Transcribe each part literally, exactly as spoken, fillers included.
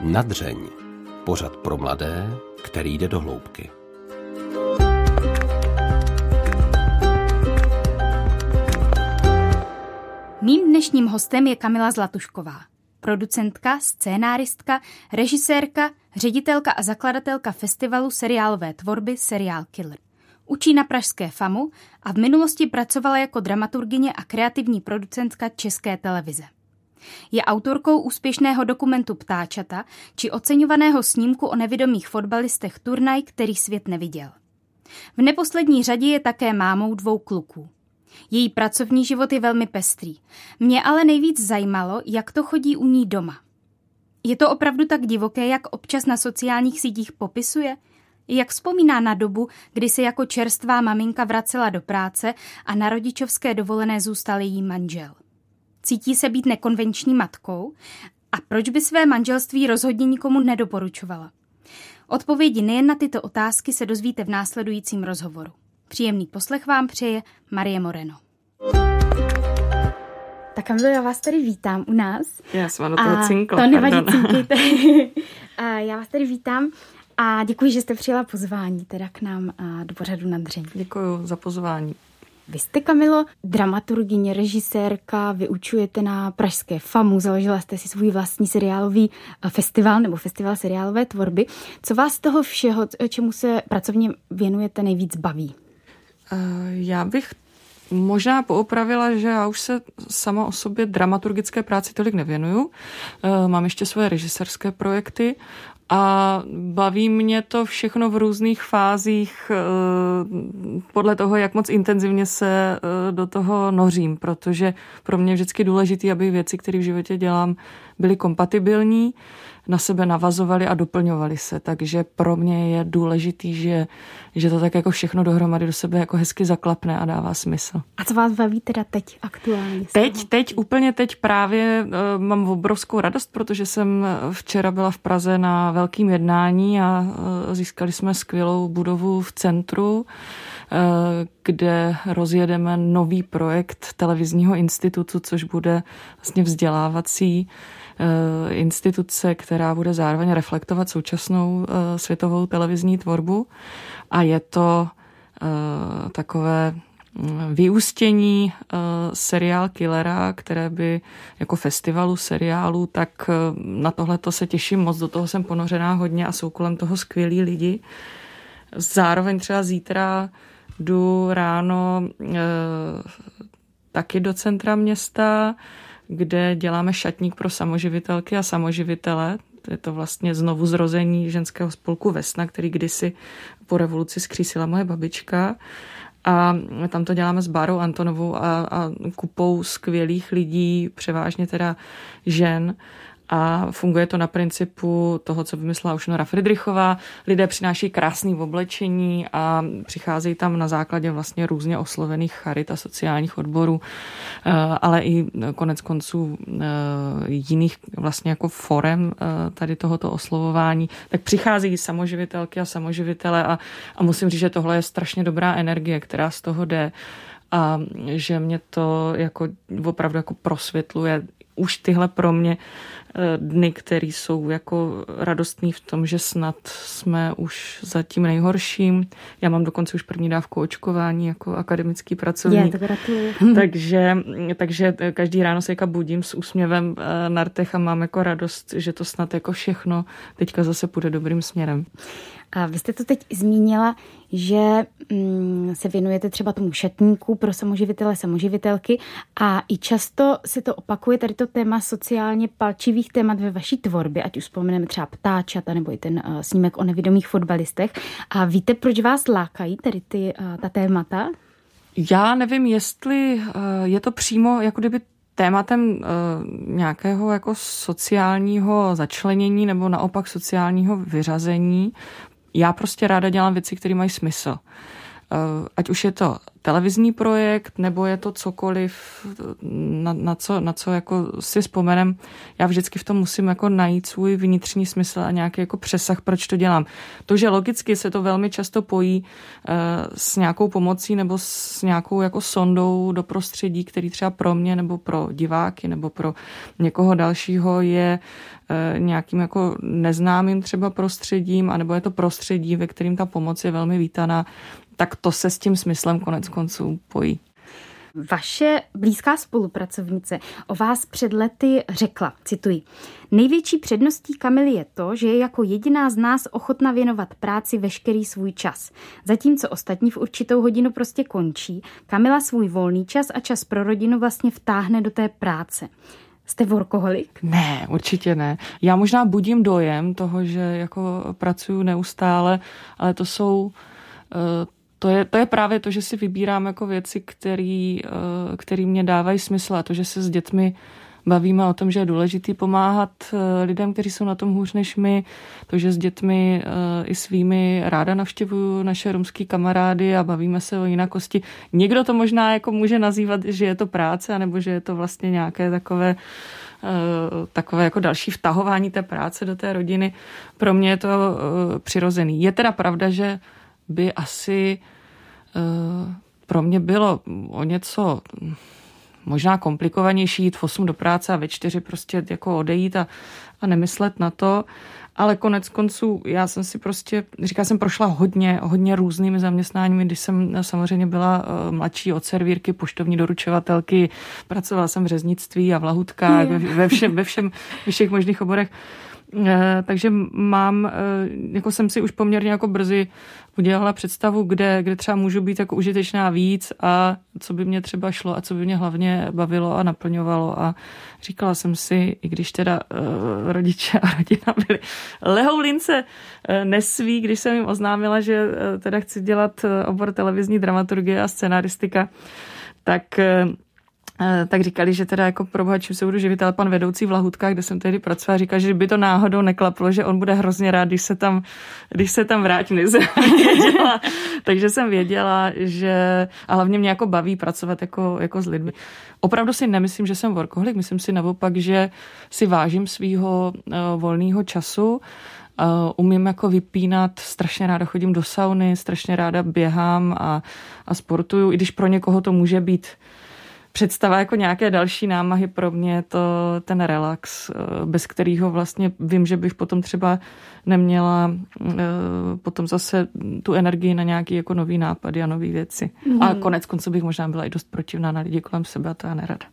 Nadřeň. Pořad pro mladé, který jde do hloubky. Mým dnešním hostem je Kamila Zlatušková. Producentka, scénáristka, režisérka, ředitelka a zakladatelka festivalu seriálové tvorby Serial Killer. Učí na pražské FAMu a v minulosti pracovala jako dramaturgyně a kreativní producentka České televize. Je autorkou úspěšného dokumentu Ptáčata či oceňovaného snímku o nevidomých fotbalistech Turnaj, který svět neviděl. V neposlední řadě je také mámou dvou kluků. Její pracovní život je velmi pestrý. Mě ale nejvíc zajímalo, jak to chodí u ní doma. Je to opravdu tak divoké, jak občas na sociálních sítích popisuje? Jak vzpomíná na dobu, kdy se jako čerstvá maminka vracela do práce a na rodičovské dovolené zůstal její manžel? Cítí se být nekonvenční matkou? A proč by své manželství rozhodně nikomu nedoporučovala? Odpovědi nejen na tyto otázky se dozvíte v následujícím rozhovoru. Příjemný poslech vám přeje Marie Moreno. Tak Kamilo, já vás tady vítám u nás. Já jsem do toho cinkla. To nevadí, cinkejte. Já vás tady vítám a děkuji, že jste přijela pozvání teda k nám do pořadu Nadřeň. Děkuji za pozvání. Vy jste, Kamilo, dramaturgyně, režisérka, vyučujete na pražské FAMu, založila jste si svůj vlastní seriálový festival nebo festival seriálové tvorby. Co vás z toho všeho, čemu se pracovně věnujete, nejvíc baví? Já bych možná poopravila, že já už se sama o sobě dramaturgické práci tolik nevěnuju. Mám ještě svoje režisérské projekty a baví mě to všechno v různých fázích podle toho, jak moc intenzivně se do toho nořím, protože pro mě je vždycky důležité, aby věci, které v životě dělám, byly kompatibilní, na sebe navazovaly a doplňovaly se. Takže pro mě je důležitý, že, že to tak jako všechno dohromady do sebe jako hezky zaklapne a dává smysl. A co vás baví teda teď aktuálně? Teď, teď, úplně teď právě uh, mám obrovskou radost, protože jsem včera byla v Praze na velkém jednání a uh, získali jsme skvělou budovu v centru, uh, kde rozjedeme nový projekt televizního institutu, což bude vlastně vzdělávací instituce, která bude zároveň reflektovat současnou uh, světovou televizní tvorbu a je to uh, takové vyústění uh, seriál Killera, které by jako festivalu seriálu, tak uh, na tohleto se těším moc, do toho jsem ponořená hodně a jsou kolem toho skvělí lidi. Zároveň třeba zítra jdu ráno uh, taky do centra města, kde děláme šatník pro samoživitelky a samoživitele. Je to vlastně znovu zrození ženského spolku Vesna, který kdysi po revoluci skřísila moje babička. A tam to děláme s Bárou Antonovou a, a kupou skvělých lidí, převážně teda žen. A funguje to na principu toho, co vymyslela už Nora Friedrichová. Lidé přináší krásné oblečení a přicházejí tam na základě vlastně různě oslovených charit a sociálních odborů, ale i konec konců jiných vlastně jako forem tady tohoto oslovování. Tak přicházejí samoživitelky a samoživitele a, a musím říct, že tohle je strašně dobrá energie, která z toho jde a že mě to jako opravdu jako prosvětluje už tyhle pro mě dny, které jsou jako radostný v tom, že snad jsme už za tím nejhorším. Já mám dokonce už první dávku očkování jako akademický pracovník. Je, to gratuluju. takže, takže každý ráno se jako budím s úsměvem na rtech a mám jako radost, že to snad jako všechno teďka zase půjde dobrým směrem. A vy jste to teď zmínila, že mm, se věnujete třeba tomu šatníku pro samoživitele, samoživitelky a i často se to opakuje, tady to téma sociálně palčivých témat ve vaší tvorbě, ať už vzpomeneme třeba Ptáčata nebo i ten uh, snímek o nevidomých fotbalistech. A víte, proč vás lákají tady ty, uh, ta témata? Já nevím, jestli uh, je to přímo jako kdyby tématem uh, nějakého jako sociálního začlenění nebo naopak sociálního vyřazení. Já prostě ráda dělám věci, které mají smysl. ať už je to televizní projekt, nebo je to cokoliv, na, na, co, na co jako si vzpomenem. Já vždycky v tom musím jako najít svůj vnitřní smysl a nějaký jako přesah, proč to dělám. To, že logicky se to velmi často pojí uh, s nějakou pomocí nebo s nějakou jako sondou do prostředí, který třeba pro mě nebo pro diváky nebo pro někoho dalšího je uh, nějakým jako neznámým třeba prostředím, anebo je to prostředí, ve kterým ta pomoc je velmi vítaná, tak to se s tím smyslem konec konců pojí. Vaše blízká spolupracovnice o vás před lety řekla, cituji, největší předností Kamily je to, že je jako jediná z nás ochotna věnovat práci veškerý svůj čas. Zatímco ostatní v určitou hodinu prostě končí, Kamila svůj volný čas a čas pro rodinu vlastně vtáhne do té práce. Jste workoholik? Ne, určitě ne. Já možná budím dojem toho, že jako pracuju neustále, ale to jsou... Uh, To je, to je právě to, že si vybírám jako věci, který, který mě dávají smysl, a to, že se s dětmi bavíme o tom, že je důležitý pomáhat lidem, kteří jsou na tom hůř než my, to, že s dětmi i svými ráda navštěvuju naše romský kamarády a bavíme se o jinakosti. Někdo to možná jako může nazývat, že je to práce, anebo že je to vlastně nějaké takové takové jako další vtahování té práce do té rodiny. Pro mě je to přirozený. Je teda pravda, že by asi uh, pro mě bylo o něco možná komplikovanější jít v osm do práce a ve čtyři prostě jako odejít a, a nemyslet na to, ale konec konců já jsem si prostě, říkala jsem, prošla hodně, hodně různými zaměstnáními, když jsem samozřejmě byla uh, mladší od servírky, poštovní doručovatelky, pracovala jsem v řeznictví a v lahutkách, ve, ve, všem, ve všem, ve všech možných oborech. Takže mám, jako jsem si už poměrně jako brzy udělala představu, kde, kde třeba můžu být jako užitečná víc a co by mě třeba šlo a co by mě hlavně bavilo a naplňovalo. A říkala jsem si, i když teda uh, rodiče a rodina byli lehoulince uh, nesví, když jsem jim oznámila, že uh, teda chci dělat obor televizní dramaturgie a scenaristika, tak... Uh, tak říkali, že teda jako pro boha, čím se budu živit, ale pan vedoucí v lahutkách, kde jsem tehdy pracovala, říkal, že by to náhodou neklaplo, že on bude hrozně rád, když se tam, když se tam vrátím. Takže jsem věděla, že a hlavně mě jako baví pracovat jako, jako s lidmi. Opravdu si nemyslím, že jsem workoholik, myslím si naopak, že si vážím svýho uh, volného času. Uh, umím jako vypínat, strašně ráda chodím do sauny, strašně ráda běhám a, a sportuju, i když pro někoho to může být představa jako nějaké další námahy, pro mě to ten relax, bez kterého vlastně vím, že bych potom třeba neměla potom zase tu energii na nějaký jako nový nápady a nový věci. Mm. A konec konců bych možná byla i dost protivná na lidi kolem sebe a to já nerada.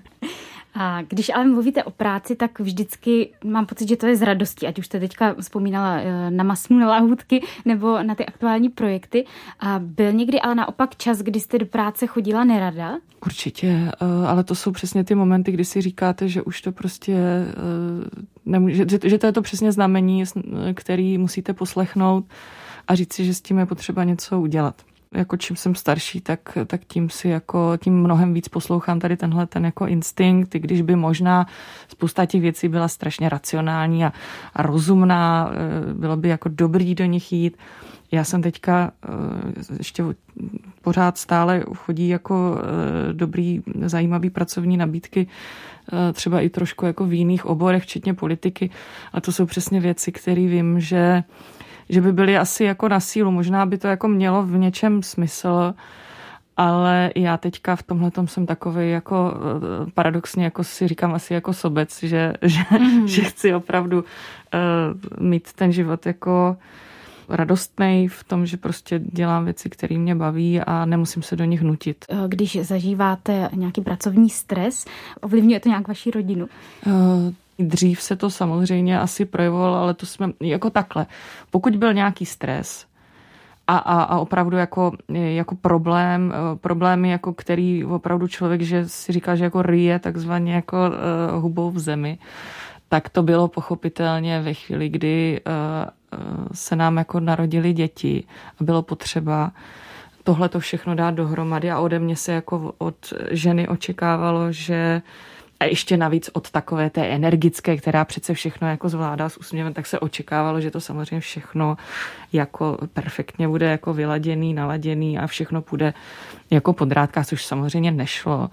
A když ale mluvíte o práci, tak vždycky mám pocit, že to je z radosti, ať už jste teďka vzpomínala na Masnu, na lahůdky nebo na ty aktuální projekty. A byl někdy ale naopak čas, kdy jste do práce chodila nerada? Určitě, ale to jsou přesně ty momenty, kdy si říkáte, že už to prostě nemůže, že to je to přesně znamení, který musíte poslechnout a říct si, že s tím je potřeba něco udělat. Jako čím jsem starší, tak, tak tím si jako, tím mnohem víc poslouchám tady tenhle ten jako instinkt, i když by možná spousta těch věcí byla strašně racionální a, a rozumná, bylo by jako dobrý do nich jít. Já jsem teďka ještě pořád stále chodí jako dobrý, zajímavý pracovní nabídky, třeba i trošku jako v jiných oborech, včetně politiky. A to jsou přesně věci, které vím, že že by byly asi jako na sílu. Možná by to jako mělo v něčem smysl, ale já teďka v tomhletom jsem takovej jako paradoxně, jako si říkám asi jako sobec, že, že, mm-hmm. že chci opravdu uh, mít ten život jako radostnej v tom, že prostě dělám věci, které mě baví a nemusím se do nich nutit. Když zažíváte nějaký pracovní stres, ovlivňuje to nějak vaši rodinu? Uh, Dřív se to samozřejmě asi projevovalo, ale to jsme jako takhle. Pokud byl nějaký stres a, a, a opravdu jako, jako problém, problémy, jako který opravdu člověk, že si říká, že jako ryje takzvaně jako uh, hubou v zemi, tak to bylo pochopitelně ve chvíli, kdy uh, se nám jako narodili děti a bylo potřeba tohle to všechno dát dohromady a ode mě se jako od ženy očekávalo, že A ještě navíc od takové té energické, která přece všechno jako zvládá s úsměvem, tak se očekávalo, že to samozřejmě všechno jako perfektně bude jako vyladěný, naladěný a všechno půjde jako po drátkách, což samozřejmě nešlo.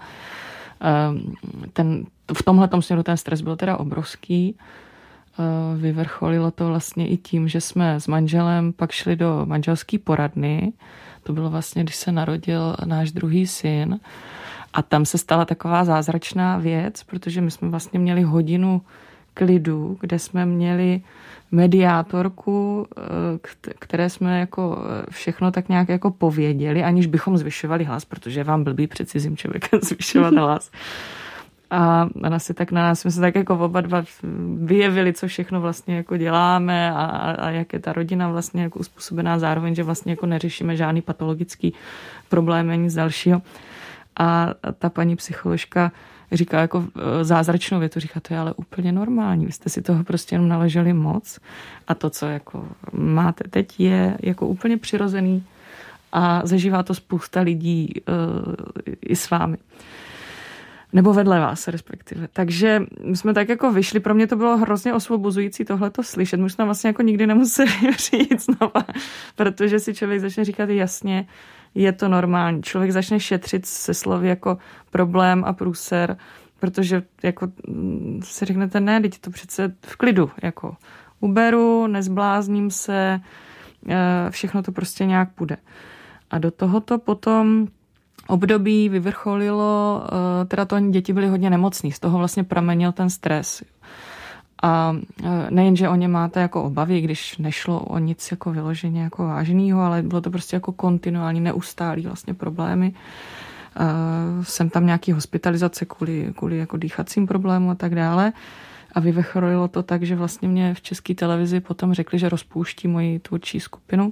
Ten, v tomhletom směru ten stres byl teda obrovský. Vyvrcholilo to vlastně i tím, že jsme s manželem pak šli do manželské poradny. To bylo vlastně, když se narodil náš druhý syn. A tam se stala taková zázračná věc, protože my jsme vlastně měli hodinu klidu, kde jsme měli mediátorku, které jsme jako všechno tak nějak jako pověděli, aniž bychom zvyšovali hlas, protože vám blbý před cizím člověkem zvyšovat hlas. A ona se tak na nás, jsme se tak jako oba dva vyjevili, co všechno vlastně jako děláme a, a jak je ta rodina vlastně jako uspůsobená, zároveň, že vlastně jako neřešíme žádný patologický problém, nic dalšího. A ta paní psycholožka říká jako zázračnou větu, říká, to je ale úplně normální, vy jste si toho prostě jenom naleželi moc a to, co jako máte teď, je jako úplně přirozený a zažívá to spousta lidí uh, i s vámi. Nebo vedle vás, respektive. Takže jsme tak jako vyšli, pro mě to bylo hrozně osvobozující tohleto slyšet. My jsme vlastně jako nikdy nemuseli přijít znova, protože si člověk začne říkat jasně, je to normální. Člověk začne šetřit se slovy jako problém a průser, protože jako si řeknete, ne, teď to přece v klidu, jako uberu, nezblázním se, všechno to prostě nějak půjde. A do tohoto potom období vyvrcholilo, teda to děti byly hodně nemocný, z toho vlastně pramenil ten stres. A nejen, že o ně máte jako obavy, když nešlo o nic jako vyloženě jako vážného, ale bylo to prostě jako kontinuální, neustálý vlastně problémy. Jsem tam nějaký hospitalizace kvůli, kvůli jako dýchacím problémům a tak dále. A vyvrcholilo to tak, že vlastně mě v České televizi potom řekli, že rozpouští moji tvůrčí skupinu.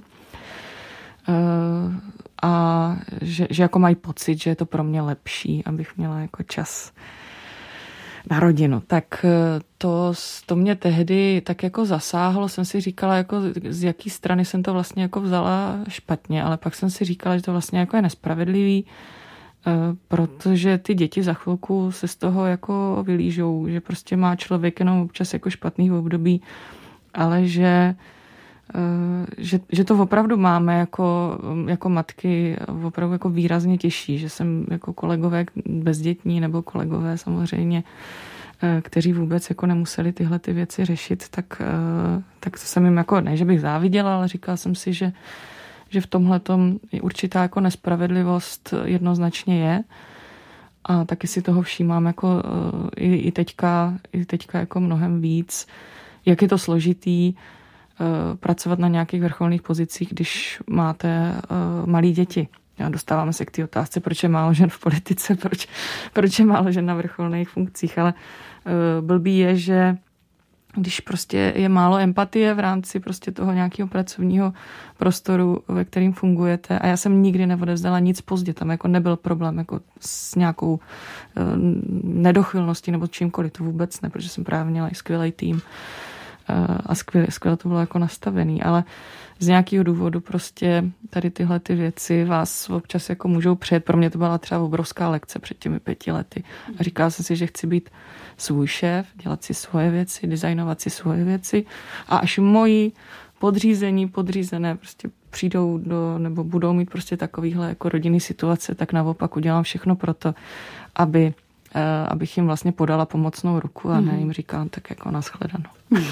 A že, že jako mají pocit, že je to pro mě lepší, abych měla jako čas na rodinu. Tak to, to mě tehdy tak jako zasáhlo. Jsem si říkala, jako z jaký strany jsem to vlastně jako vzala špatně, ale pak jsem si říkala, že to vlastně jako je nespravedlivý, protože ty děti za chvilku se z toho jako vylížou, že prostě má člověk jenom občas jako špatný období, ale že Že, že to opravdu máme jako, jako matky opravdu jako výrazně těžší, že jsem jako kolegové bezdětní nebo kolegové samozřejmě, kteří vůbec jako nemuseli tyhle ty věci řešit, tak, tak to jsem jim jako, ne, že bych záviděla, ale říkala jsem si, že, že v tomhletom určitá jako nespravedlivost jednoznačně je a taky si toho všímám jako i, i teďka, i teďka jako mnohem víc, jak je to složitý pracovat na nějakých vrcholných pozicích, když máte uh, malí děti. A dostáváme se k té otázce, proč je málo žen v politice, proč, proč je málo žen na vrcholných funkcích, ale uh, blbý je, že když prostě je málo empatie v rámci prostě toho nějakého pracovního prostoru, ve kterým fungujete, a já jsem nikdy neodevzdala nic pozdě, tam jako nebyl problém jako s nějakou uh, nedochylností nebo čímkoliv, to vůbec ne, protože jsem právě měla i skvělý tým a skvěle, skvěle to bylo jako nastavený, ale z nějakého důvodu prostě tady tyhle ty věci vás občas jako můžou přejet. Pro mě to byla třeba obrovská lekce před těmi pěti lety. A říkala jsem si, že chci být svůj šéf, dělat si svoje věci, designovat si svoje věci a až moji podřízení, podřízené prostě přijdou do, nebo budou mít prostě takovýhle jako rodinný situace, tak naopak udělám všechno pro to, aby abych jim vlastně podala pomocnou ruku a ne jim říkám tak jako nashledanou.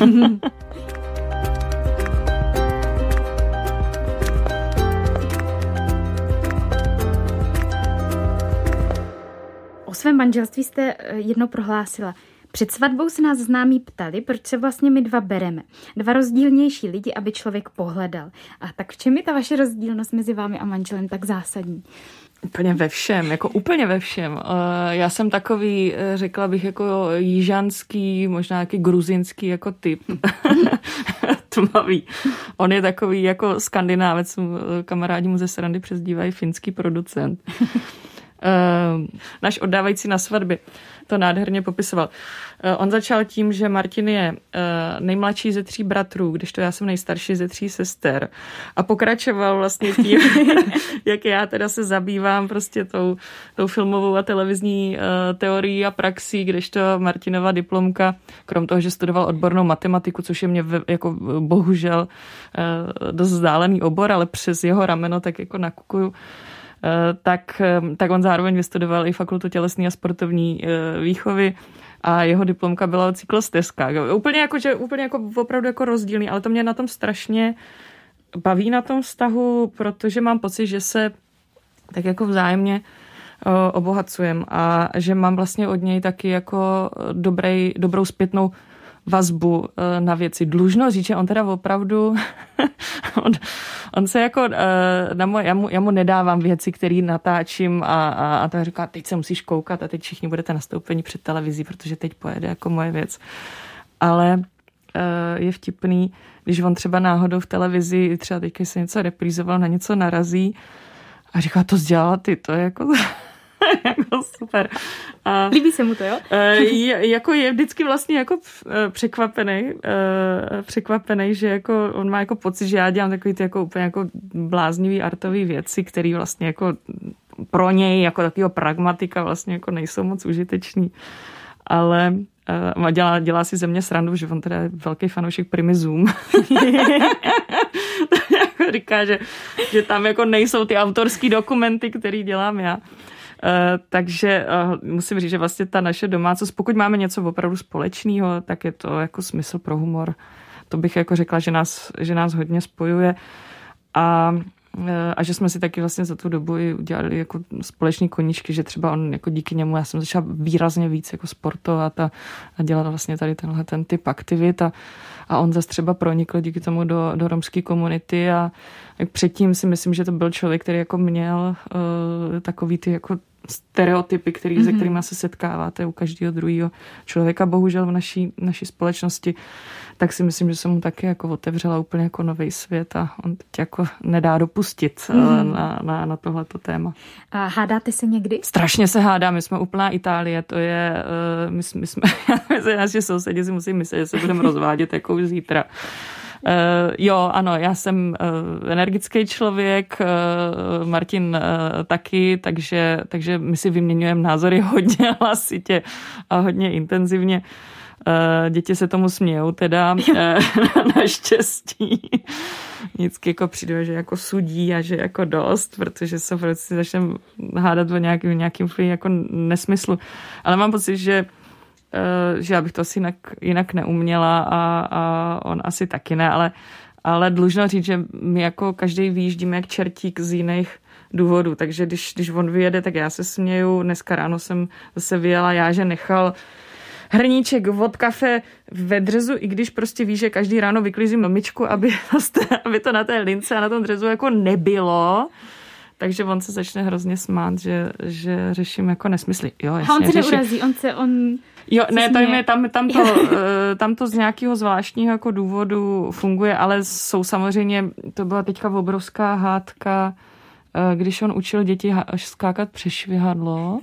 O svém manželství jste jednou prohlásila. Před svatbou se nás známí ptali, proč se vlastně my dva bereme. Dva rozdílnější lidi, aby člověk pohledal. A tak v čem je ta vaše rozdílnost mezi vámi a manželem tak zásadní? Úplně ve všem, jako úplně ve všem. Já jsem takový, řekla bych, jako jižanský, možná jaký gruzinský jako typ. Tmavý. On je takový jako skandinávec, kamarádi mu ze srandy přezdívají finský producent. náš oddávající na svatbě to nádherně popisoval. On začal tím, že Martin je nejmladší ze tří bratrů, když to já jsem nejstarší ze tří sester. A pokračoval vlastně tím, jak já teda se zabývám prostě tou, tou filmovou a televizní teorií a praxí, kdežto Martinova diplomka, krom toho, že studoval odbornou matematiku, což je mě jako bohužel dost vzdálený obor, ale přes jeho rameno tak jako nakukuju, tak, tak on zároveň vystudoval i fakultu tělesné a sportovní výchovy a jeho diplomka byla cyklostezka. Úplně jako, že úplně jako opravdu jako rozdílný, ale to mě na tom strašně baví na tom vztahu, protože mám pocit, že se tak jako vzájemně obohacujem a že mám vlastně od něj taky jako dobrý, dobrou zpětnou vazbu na věci. Dlužno říct, že on teda opravdu on, on se jako na moje, já, mu, já mu nedávám věci, které natáčím a, a, a to říká, teď se musíš koukat a teď všichni budete nastoupení před televizí, protože teď pojede jako moje věc. Ale je vtipný, když on třeba náhodou v televizi třeba teďka se něco reprízoval, na něco narazí a říká, to dělala ty, to je jako... jako super. A, líbí se mu to, jo? je, jako je vždycky vlastně jako překvapený, překvapený, že jako on má jako pocit, že já dělám takový ty jako úplně jako bláznivý artový věci, který vlastně jako pro něj jako takového pragmatika vlastně jako nejsou moc užitečný. Ale uh, dělá, dělá si ze mě srandu, že on teda je velký fanoušek Primy Zoom. Jako říká, že, že tam jako nejsou ty autorský dokumenty, který dělám já. Uh, takže uh, musím říct, že vlastně ta naše domácnost, pokud máme něco opravdu společného, tak je to jako smysl pro humor. To bych jako řekla, že nás, že nás hodně spojuje. A a že jsme si taky vlastně za tu dobu i udělali jako společní koníčky, že třeba on jako díky němu, já jsem začala výrazně víc jako sportovat a, a dělat vlastně tady tenhle ten typ aktivit a, a on zase třeba pronikl díky tomu do, do romské komunity a předtím si myslím, že to byl člověk, který jako měl uh, takový ty jako stereotypy, který, mm-hmm. se kterými se setkáváte u každého druhého člověka, bohužel v naší, naší společnosti, tak si myslím, že jsem mu taky jako otevřela úplně jako nový svět a on teď jako nedá dopustit mm-hmm. na, na, na tohleto téma. A hádáte se někdy? Strašně se hádám, my jsme úplná Itálie, to je, uh, my, my jsme, naši sousedi si musí myslet, že se budeme rozvádět jako už zítra. Uh, jo, ano, já jsem uh, energický člověk, uh, Martin uh, taky, takže, takže my si vyměňujeme názory hodně hlasitě a hodně intenzivně. Uh, děti se tomu smějou teda uh, naštěstí. Vždycky jako přijde, že jako sudí a že jako dost, protože se prostě začneme hádat o nějakým, nějakým jako nesmyslu. Ale mám pocit, že že já bych to asi jinak, jinak neuměla a, a on asi taky ne, ale, ale dlužno říct, že my jako každý vyjíždíme jak čertík z jiných důvodů, takže když, když on vyjede, tak já se směju. Dneska ráno jsem zase vyjela já, že nechal hrníček od kafe ve drezu, i když prostě ví, že každý ráno vyklízím myčku, aby, aby to na té lince a na tom drezu jako nebylo. Takže on se začne hrozně smát, že, že řeším jako nesmysly. Jo, jasně, a on se řeším. neurazí, on se, on... Jo, ne, tam, je, tam, tam, to, tam to z nějakého zvláštního jako důvodu funguje, ale jsou samozřejmě, to byla teďka obrovská hádka, když on učil děti skákat přes švihadlo.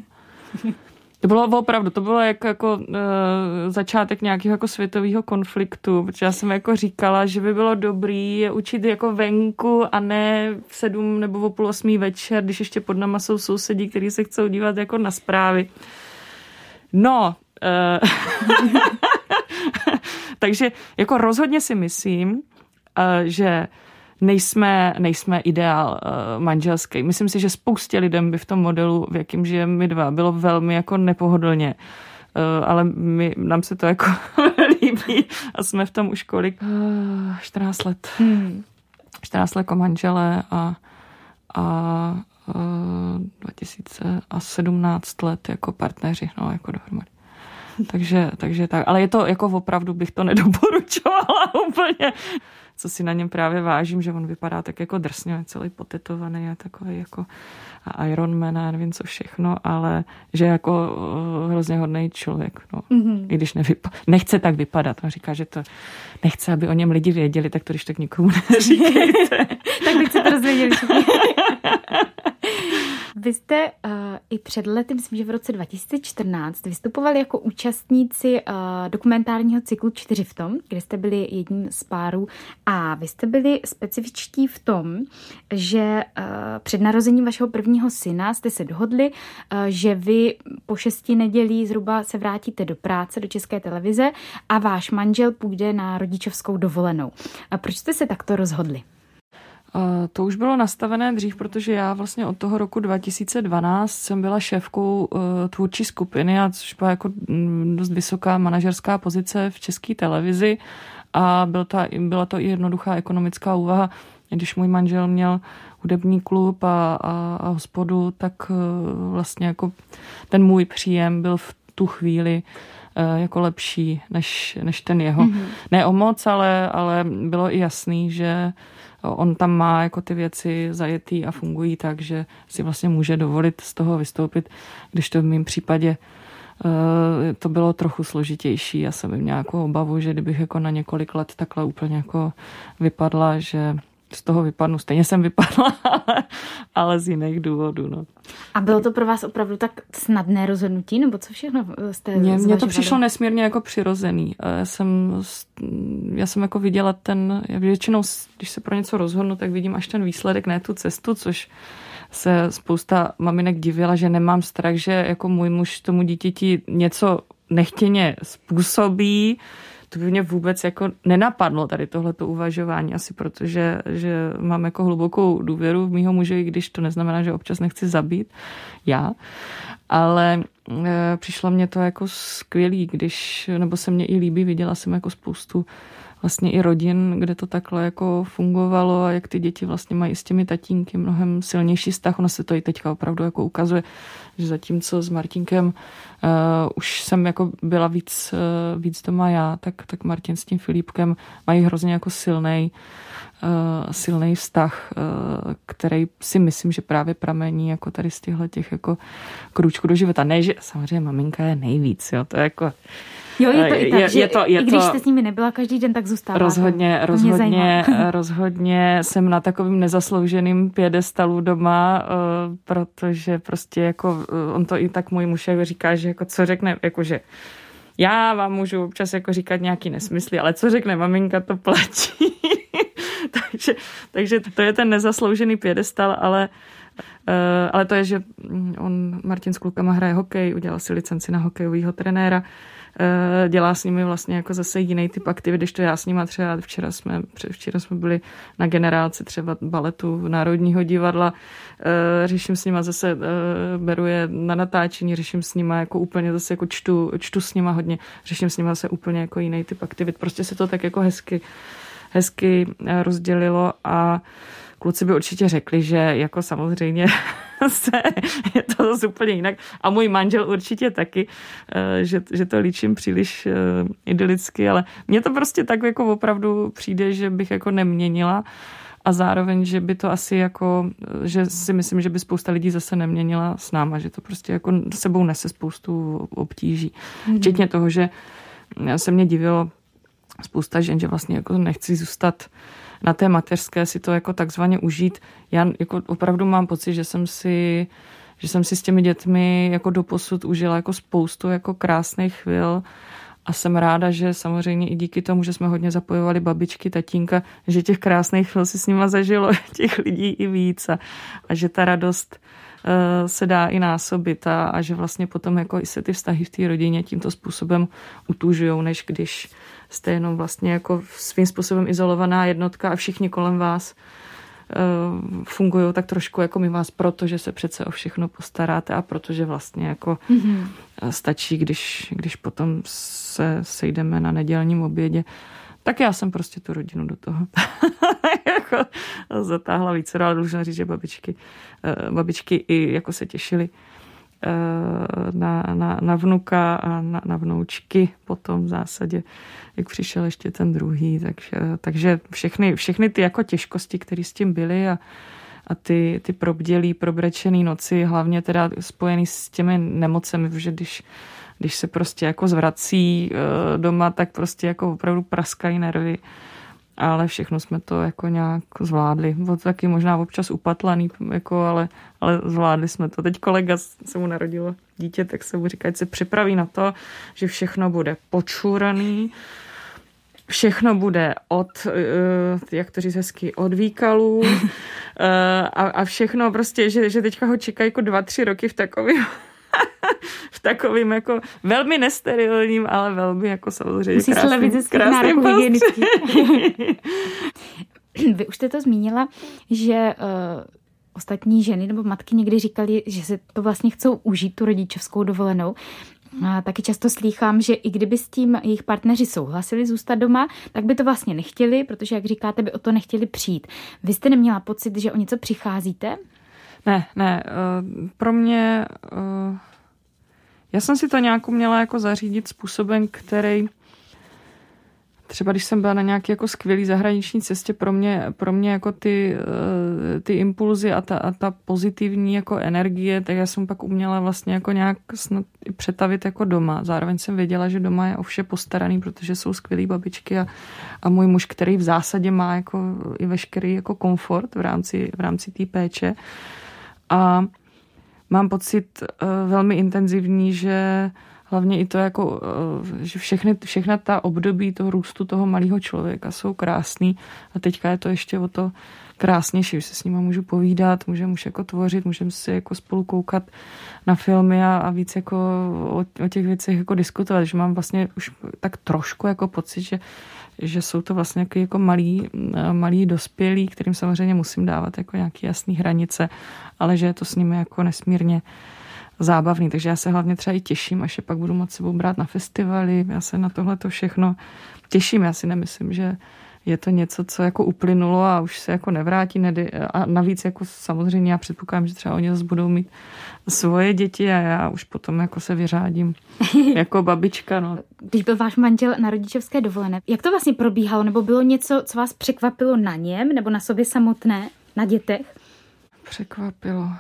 To bylo opravdu, to bylo jako, jako uh, začátek nějakého jako světového konfliktu, protože já jsem jako říkala, že by bylo dobrý je učit jako venku a ne v sedm nebo o půl osmý večer, když ještě pod náma jsou sousedí, kteří se chcou dívat jako na zprávy. No, uh, takže jako rozhodně si myslím, uh, že nejsme, nejsme ideál uh, manželský. Myslím si, že spoustě lidem by v tom modelu, v jakým žijeme my dva, bylo velmi jako nepohodlně. Uh, ale my, nám se to jako líbí a jsme v tom už kolik? Uh, čtrnáct let. Hmm. čtrnáct let jako manželé a, a uh, dva tisíce sedmnáct let jako partneři, no jako dohromady. takže, takže tak. Ale je to jako opravdu bych to nedoporučovala úplně. Co si na něm právě vážím, že on vypadá tak jako drsně, je celý potetovaný, je takový jako Iron Man a nevím co všechno, ale že je jako uh, hrozně hodný člověk. No. Mm-hmm. I když nevypa- nechce tak vypadat. On říká, že to nechce, aby o něm lidi věděli, tak to když tak nikomu neříkejte. Tak bych se to dozvěděli. Vy jste uh, i před lety, myslím, že v roce dva tisíce čtrnáct, vystupovali jako účastníci uh, dokumentárního cyklu Čtyři v tom, kde jste byli jedním z párů a vy jste byli specifičtí v tom, že uh, před narozením vašeho prvního syna jste se dohodli, uh, že vy po šesti nedělí zhruba se vrátíte do práce, do České televize a váš manžel půjde na rodičovskou dovolenou. A proč jste se takto rozhodli? To už bylo nastavené dřív, protože já vlastně od toho roku dva tisíce dvanáct jsem byla šéfkou tvůrčí skupiny, a což byla jako dost vysoká manažerská pozice v České televizi a byl ta, byla to i jednoduchá ekonomická úvaha. Když můj manžel měl hudební klub a, a, a hospodu, tak vlastně jako ten můj příjem byl v tu chvíli jako lepší než, než ten jeho. Mm-hmm. Ne o moc, ale, ale bylo i jasný, že on tam má jako ty věci zajetý a fungují tak, že si vlastně může dovolit z toho vystoupit, když to v mém případě to bylo trochu složitější. Já jsem měla nějakou obavu, že kdybych jako na několik let takhle úplně jako vypadla, že z toho vypadnu. Stejně jsem vypadla, ale, ale z jiných důvodů. No. A bylo to pro vás opravdu tak snadné rozhodnutí, nebo co všechno jste Mně, mně to přišlo nesmírně jako přirozený. Já jsem, já jsem jako viděla ten, já většinou, když se pro něco rozhodnu, tak vidím až ten výsledek, ne tu cestu, což se spousta maminek divila, že nemám strach, že jako můj muž tomu dítěti něco nechtěně způsobí. To by mě vůbec jako nenapadlo tady tohleto uvažování, asi protože že mám jako hlubokou důvěru v mýho muže, i když to neznamená, že občas nechci zabít já. Ale e, přišlo mě to jako skvělý, když, nebo se mně i líbí, viděla jsem jako spoustu vlastně i rodin, kde to takhle jako fungovalo a jak ty děti vlastně mají s těmi tatínky mnohem silnější vztah. Ono se to i teďka opravdu jako ukazuje, že zatímco s Martinkem uh, už jsem jako byla víc, uh, víc doma já, tak, tak Martin s tím Filipkem mají hrozně jako silnej, uh, silnej vztah, uh, který si myslím, že právě pramení jako tady z těchto těch jako krůčků do života. Ne, že samozřejmě maminka je nejvíc, jo, to je jako Jo, je to i tak, je, že je to, je i když to, jste s nimi nebyla každý den, tak zůstává. Rozhodně, to, rozhodně, rozhodně jsem na takovým nezaslouženým piedestalu doma, uh, protože prostě jako uh, on to i tak můj muž jako říká, že jako co řekne, jakože já vám můžu občas jako říkat nějaký nesmysly, ale co řekne maminka, to platí. takže, takže to je ten nezasloužený piedestal, ale Uh, ale to je, že on, Martin s klukama hraje hokej, udělal si licenci na hokejovýho trenéra, uh, dělá s nimi vlastně jako zase jiný typ aktivit, když to já s nima třeba včera jsme, včera jsme byli na generálce třeba baletu Národního divadla, uh, řeším s nima zase, uh, beru je na natáčení, řeším s nima jako úplně zase jako čtu, čtu s nima hodně, řeším s nima zase úplně jako jiný typ aktivit. Prostě se to tak jako hezky, hezky rozdělilo a kluci by určitě řekli, že jako samozřejmě se, je to zase úplně jinak. A můj manžel určitě taky, že, že to líčím příliš idylicky, ale mně to prostě tak jako opravdu přijde, že bych jako neměnila a zároveň, že by to asi jako, že si myslím, že by spousta lidí zase neměnila s náma, že to prostě jako sebou nese spoustu obtíží. Mm-hmm. Včetně toho, že se mě divilo spousta žen, že vlastně jako nechci zůstat na té mateřské si to jako takzvaně užít. Já jako opravdu mám pocit, že jsem si, že jsem si s těmi dětmi jako doposud užila jako spoustu jako krásných chvil a jsem ráda, že samozřejmě i díky tomu, že jsme hodně zapojovali babičky, tatínka, že těch krásných chvil si s nima zažilo těch lidí i víc a, a že ta radost uh, se dá i násobit a, a že vlastně potom jako i se ty vztahy v té rodině tímto způsobem utužujou, než když jste jenom vlastně jako svým způsobem izolovaná jednotka a všichni kolem vás uh, fungují tak trošku jako my vás, protože se přece o všechno postaráte a protože vlastně jako mm-hmm. stačí, když, když potom se sejdeme na nedělním obědě. Tak já jsem prostě tu rodinu do toho jako zatáhla více, ale dlužno říct, že babičky, uh, babičky i jako se těšily Na, na, na vnuka a na, na vnoučky potom v zásadě, jak přišel ještě ten druhý. Takže, takže všechny, všechny ty jako těžkosti, které s tím byly a, a ty, ty probdělý, probrečený noci, hlavně teda spojený s těmi nemocemi, protože když, když se prostě jako zvrací doma, tak prostě jako opravdu praskají nervy. ale všechno jsme to jako nějak zvládli. Bylo to taky možná občas upatlaný, jako, ale, ale zvládli jsme to. Teď kolega se mu narodilo dítě, tak se mu říká, ať se připraví na to, že všechno bude počuraný, všechno bude od, jak to říct hezky, od výkalů a, a všechno prostě, že, že teďka ho čekají jako dva, tři roky v takovém v takovým jako velmi nesterilním, ale velmi jako samozřejmě krásným, slevit ze svých nároků hygienických. Vy už jste to zmínila, že uh, ostatní ženy nebo matky někdy říkali, že se to vlastně chcou užít, tu rodičovskou dovolenou. A taky často slýchám, že i kdyby s tím jejich partneři souhlasili zůstat doma, tak by to vlastně nechtěli, protože, jak říkáte, by o to nechtěli přijít. Vy jste neměla pocit, že o něco přicházíte? Ne, ne. Pro mě... Já jsem si to nějak měla jako zařídit způsobem, který... Třeba když jsem byla na nějaké jako skvělý zahraniční cestě, pro mě, pro mě jako ty, ty impulzy a ta, a ta pozitivní jako energie, tak já jsem pak uměla vlastně jako nějak snad přetavit jako doma. Zároveň jsem věděla, že doma je o vše postaraný, protože jsou skvělý babičky a, a můj muž, který v zásadě má jako i veškerý jako komfort v rámci, v rámci té péče. A mám pocit uh, velmi intenzivní, že hlavně i to, jako, že všechny, všechna ta období toho růstu toho malého člověka jsou krásný a teďka je to ještě o to krásnější, že se s nima můžu povídat, můžeme už jako tvořit, můžeme si jako spolu koukat na filmy a, a víc jako o, o těch věcech jako diskutovat, že mám vlastně už tak trošku jako pocit, že, že jsou to vlastně jako, jako malí, malí dospělí, kterým samozřejmě musím dávat jako nějaké jasné hranice, ale že je to s nimi jako nesmírně zábavný, takže já se hlavně třeba i těším, až je pak budu moct sebou brát na festivaly, já se na tohle to všechno těším, já si nemyslím, že je to něco, co jako uplynulo a už se jako nevrátí, nedy, a navíc jako samozřejmě já předpokládám, že třeba oni zase budou mít svoje děti a já už potom jako se vyřádím jako babička, no. Když byl váš manžel na rodičovské dovolené, jak to vlastně probíhalo, nebo bylo něco, co vás překvapilo na něm, nebo na sobě samotné, na dětech? Překvapilo.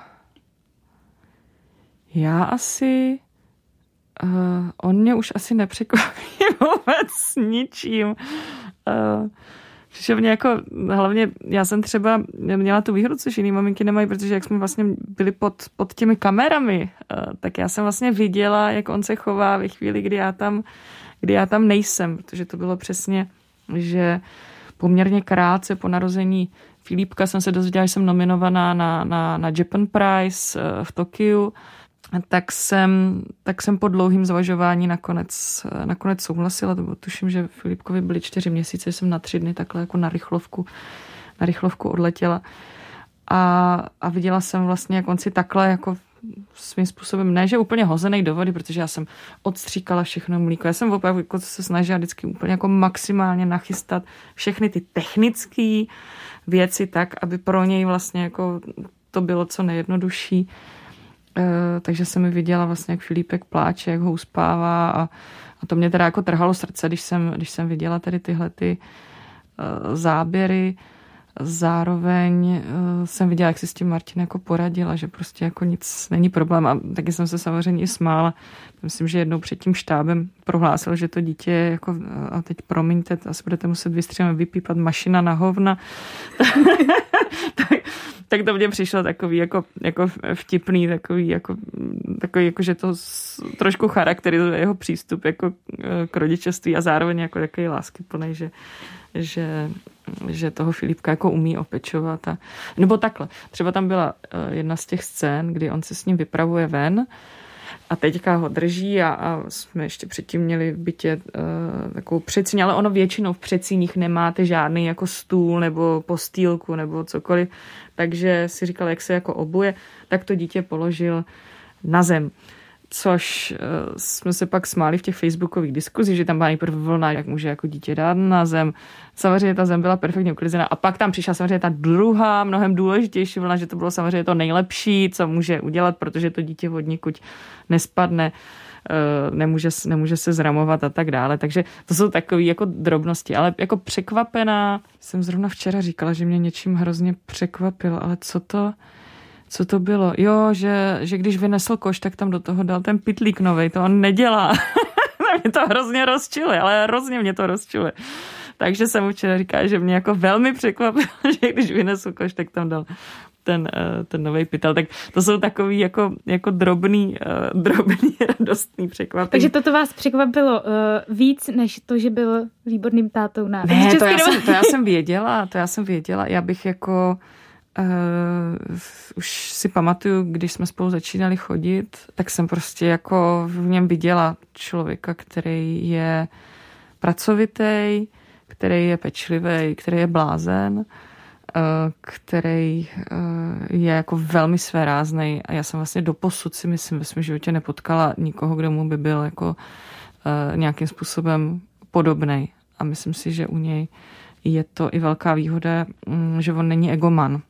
Já asi, uh, on mě už asi nepřekvapí vůbec ničím. Uh, že mě jako, hlavně já jsem třeba měla tu výhodu, což jiný maminky nemají, protože jak jsme vlastně byli pod, pod těmi kamerami, uh, tak já jsem vlastně viděla, jak on se chová ve chvíli, kdy já tam, kdy já tam nejsem, protože to bylo přesně, že poměrně krátce po narození Filipka jsem se dozvěděla, že jsem nominovaná na, na, na Japan Prize uh, v Tokiu. Tak jsem, tak jsem po dlouhým zvažování nakonec, nakonec souhlasila. To bylo, tuším, že Filipkovi byly čtyři měsíce, jsem na tři dny takhle jako na rychlovku, na rychlovku odletěla. A, a viděla jsem vlastně, jak on si takhle jako svým způsobem, ne, že úplně hozenej do vody, protože já jsem odstříkala všechno mlíko. Já jsem opravdu jako se snažila vždycky úplně jako maximálně nachystat všechny ty technické věci tak, aby pro něj vlastně jako to bylo co nejjednodušší. Uh, takže jsem mi viděla vlastně, jak Filipek pláče, jak ho uspává a, a to mě teda jako trhalo srdce, když jsem, když jsem viděla tady tyhle ty uh, záběry. Zároveň uh, jsem viděla, jak si s tím Martin jako poradila, že prostě jako nic není problém a taky jsem se samozřejmě i smála. Myslím, že jednou před tím štábem prohlásil, že to dítě je jako, a teď promiňte, asi budete muset vystřílet, vypípat mašina na hovna. tak, tak to mně přišlo takový jako, jako vtipný, takový jako, takový jako, že to trošku charakterizuje jeho přístup jako k rodičovství a zároveň jako takový láskyplný, že, že, že toho Filipka jako umí opečovat. A, nebo takhle. Třeba tam byla jedna z těch scén, kdy on se s ním vypravuje ven a teďka ho drží a, a jsme ještě předtím měli v bytě uh, takovou předsíň, ale ono většinou v předsíních nemáte žádný jako stůl nebo postýlku nebo cokoliv, takže si říkal, jak se jako obuje, tak to dítě položil na zem. Což uh, jsme se pak smáli v těch facebookových diskuzích, že tam byla nejprve vlna, jak může jako dítě dát na zem. Samozřejmě ta zem byla perfektně uklizená a pak tam přišla samozřejmě ta druhá, mnohem důležitější vlna, že to bylo samozřejmě to nejlepší, co může udělat, protože to dítě od nikud nespadne, uh, nemůže, nemůže se zramovat a tak dále. Takže to jsou takové jako drobnosti, ale jako překvapená. Jsem zrovna včera říkala, že mě něčím hrozně překvapilo, ale co to... Co to bylo? Jo, že, že když vynesl koš, tak tam do toho dal ten pytlík novej. To on nedělá. Mě to hrozně rozčiluje, ale hrozně mě to rozčiluje. Takže jsem mu včera říkala, že mě jako velmi překvapilo, že když vynesu koš, tak tam dal ten, ten nový pytel. Tak to jsou takový jako, jako drobný, drobný radostný překvapení. Takže toto vás překvapilo uh, víc, než to, že byl výborným tátou na Ne, to já, jsem, to já jsem věděla, to já jsem věděla. Já bych jako uh, už si pamatuju, když jsme spolu začínali chodit, tak jsem prostě jako v něm viděla člověka, který je pracovitý, který je pečlivý, který je blázen, který je jako velmi svéráznej a já jsem vlastně doposud si myslím ve svém životě nepotkala nikoho, kdo mu by byl jako nějakým způsobem podobnej. A myslím si, že u něj je to i velká výhoda, že on není egoman.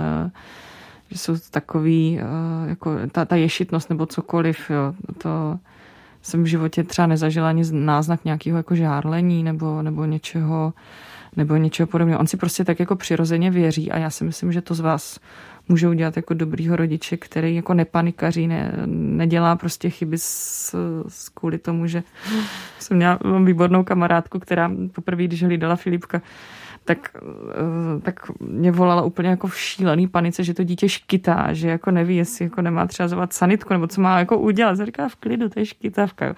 Že jsou takový, jako ta, ta ješitnost nebo cokoliv, jo, to jsem v životě třeba nezažila ani náznak nějakého jako žárlení nebo, nebo něčeho nebo něčeho podobného. On si prostě tak jako přirozeně věří a já si myslím, že to z vás může udělat jako dobrýho rodiče, který jako nepanikaří, ne, nedělá prostě chyby s, s kvůli tomu, že jsem měla mám výbornou kamarádku, která poprvé, když hlídala Filipka, tak, tak mě volala úplně jako v šílený panice, že to dítě škytá, že jako neví, jestli jako nemá třeba zavolat sanitku, nebo co má jako udělat. Říká v klidu, to je škytavka.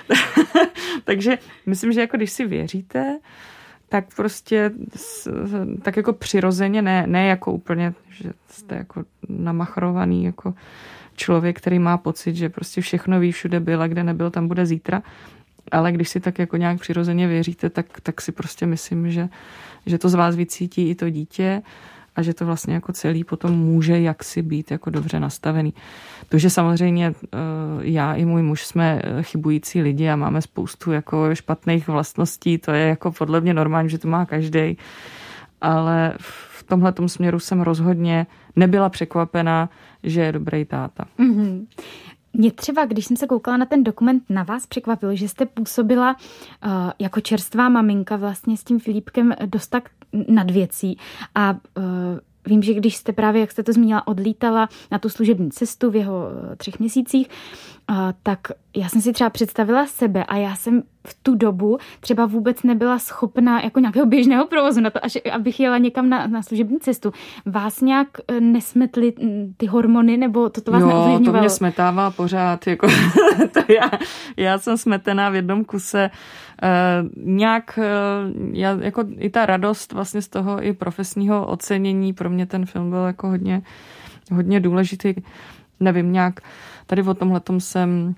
Takže myslím, že jako když si věříte, tak prostě tak jako přirozeně, ne, ne jako úplně, že jste jako namachrovaný jako člověk, který má pocit, že prostě všechno ví, všude byl a kde nebyl, tam bude zítra. Ale když si tak jako nějak přirozeně věříte, tak, tak si prostě myslím, že, že to z vás vycítí i to dítě a že to vlastně jako celý potom může jaksi být jako dobře nastavený. To, že samozřejmě já i můj muž jsme chybující lidi a máme spoustu jako špatných vlastností, to je jako podle mě normální, že to má každej, ale v tomhletom směru jsem rozhodně nebyla překvapená, že je dobrý táta. Mm-hmm. Mě třeba, když jsem se koukala na ten dokument, na vás překvapilo, že jste působila uh, jako čerstvá maminka vlastně s tím Filipkem dost tak nad věcí a uh, vím, že když jste právě, jak jste to zmínila, odlítala na tu služební cestu v jeho uh, třech měsících, uh, tak já jsem si třeba představila sebe a já jsem v tu dobu třeba vůbec nebyla schopna jako nějakého běžného provozu na to, až abych jela někam na, na služební cestu. Vás nějak nesmetly ty hormony, nebo toto vás neovlivňovalo? Jo, to mě smetává pořád. Jako, to já, já jsem smetená v jednom kuse. Uh, nějak, uh, já, jako i ta radost vlastně z toho i profesního ocenění, pro mě ten film byl jako hodně, hodně důležitý. Nevím, nějak tady o tomhletom jsem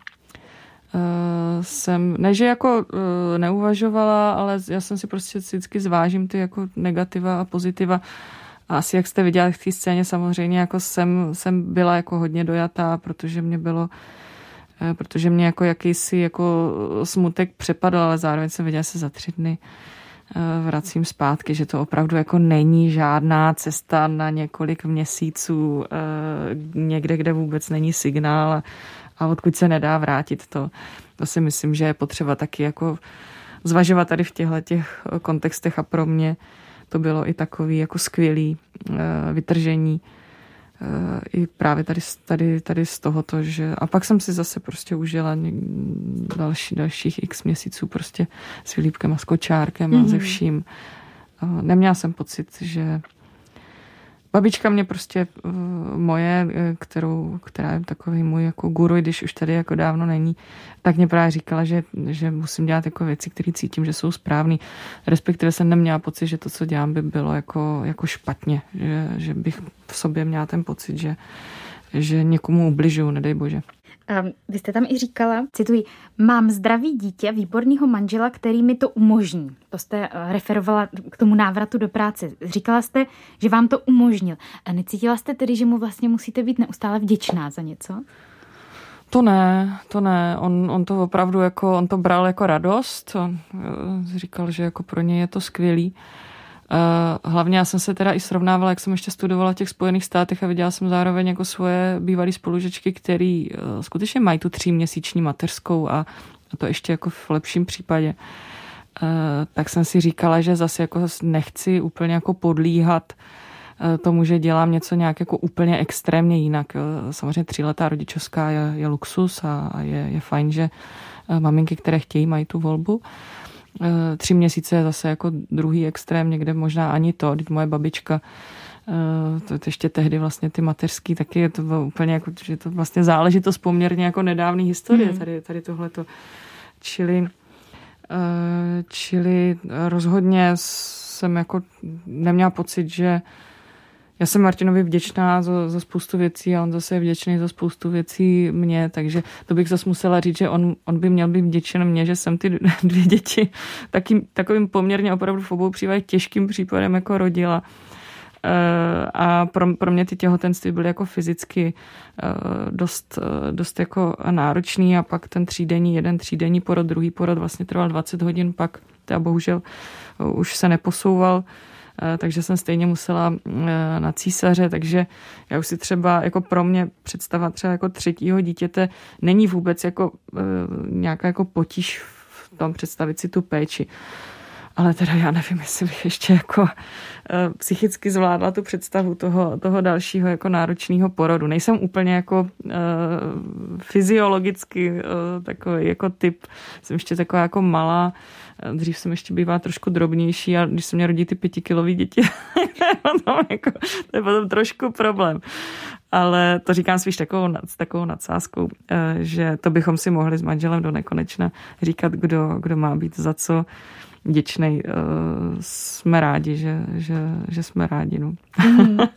Uh, jsem, ne, že jako uh, neuvažovala, ale já jsem si prostě vždycky zvážím ty jako negativa a pozitiva. A asi jak jste viděli v té scéně, samozřejmě jako jsem, jsem byla jako hodně dojatá, protože mě bylo, uh, protože mě jako jakýsi jako smutek přepadl, ale zároveň jsem viděla se za tři dny uh, vracím zpátky, že to opravdu jako není žádná cesta na několik měsíců uh, někde, kde vůbec není signál a A odkud se nedá vrátit, to, to si myslím, že je potřeba taky jako zvažovat tady v těchto těch kontextech a pro mě to bylo i takový jako skvělý uh, vytržení uh, i právě tady, tady, tady z tohoto, že a pak jsem si zase prostě užila další, dalších x měsíců prostě s Filipkem a s kočárkem mm-hmm. a ze vším. Uh, neměla jsem pocit, že babička mě prostě uh, moje, kterou, která je takový můj jako guru, když už tady jako dávno není, tak mě právě říkala, že, že musím dělat jako věci, které cítím, že jsou správný. Respektive jsem neměla pocit, že to, co dělám, by bylo jako, jako špatně. Že, že bych v sobě měla ten pocit, že, že někomu ubližuju, nedej bože. Um, vy jste tam i říkala, cituji, mám zdravý dítě, výborného manžela, který mi to umožní. To jste uh, referovala k tomu návratu do práce. Říkala jste, že vám to umožnil. A necítila jste tedy, že mu vlastně musíte být neustále vděčná za něco? To ne, to ne. On, on to opravdu jako, on to bral jako radost. On uh, říkal, že jako pro něj je to skvělý. Uh, hlavně já jsem se teda i srovnávala, jak jsem ještě studovala v těch Spojených státech a viděla jsem zároveň jako svoje bývalé spolužečky, který uh, skutečně mají tu tříměsíční mateřskou a, a to ještě jako v lepším případě. Uh, tak jsem si říkala, že zase jako nechci úplně jako podlíhat uh, tomu, že dělám něco nějak jako úplně extrémně jinak. Uh, samozřejmě tříletá rodičovská je, je luxus a, a je, je fajn, že uh, maminky, které chtějí, mají tu volbu. Tři měsíce je zase jako druhý extrém, někde možná ani to, když moje babička, to ještě tehdy vlastně ty mateřský, taky je to úplně jako, že to vlastně záležitost poměrně jako nedávný historie, mm. tady, tady tohleto. Čili, čili rozhodně jsem jako neměla pocit, že já jsem Martinovi vděčná za, za spoustu věcí a on zase je vděčný za spoustu věcí mě, takže to bych zase musela říct, že on, on by měl být vděčen mě, že jsem ty dvě děti takým, takovým poměrně opravdu v obou případech těžkým případem jako rodila. A pro, pro mě ty těhotenství byly jako fyzicky dost, dost jako náročný a pak ten třídenní, jeden třídenní porod, druhý porod vlastně trval dvacet hodin, pak teda bohužel už se neposouval, takže jsem stejně musela na císaře, takže já už si třeba jako pro mě představa třeba jako třetího dítěte není vůbec jako nějaká jako potíž v tom představit si tu péči. Ale teda já nevím, jestli bych ještě jako psychicky zvládla tu představu toho, toho dalšího jako náročného porodu. Nejsem úplně jako uh, fyziologicky uh, takový jako typ, jsem ještě taková jako malá, dřív jsem ještě bývala trošku drobnější a když se mě rodí ty pětikilový děti, jako, to je potom trošku problém. Ale to říkám spíš takovou, s takovou nadsázkou, že to bychom si mohli s manželem do nekonečna říkat, kdo, kdo má být za co vděčnej. Jsme rádi, že, že, že jsme rádi. No. Hmm. Um,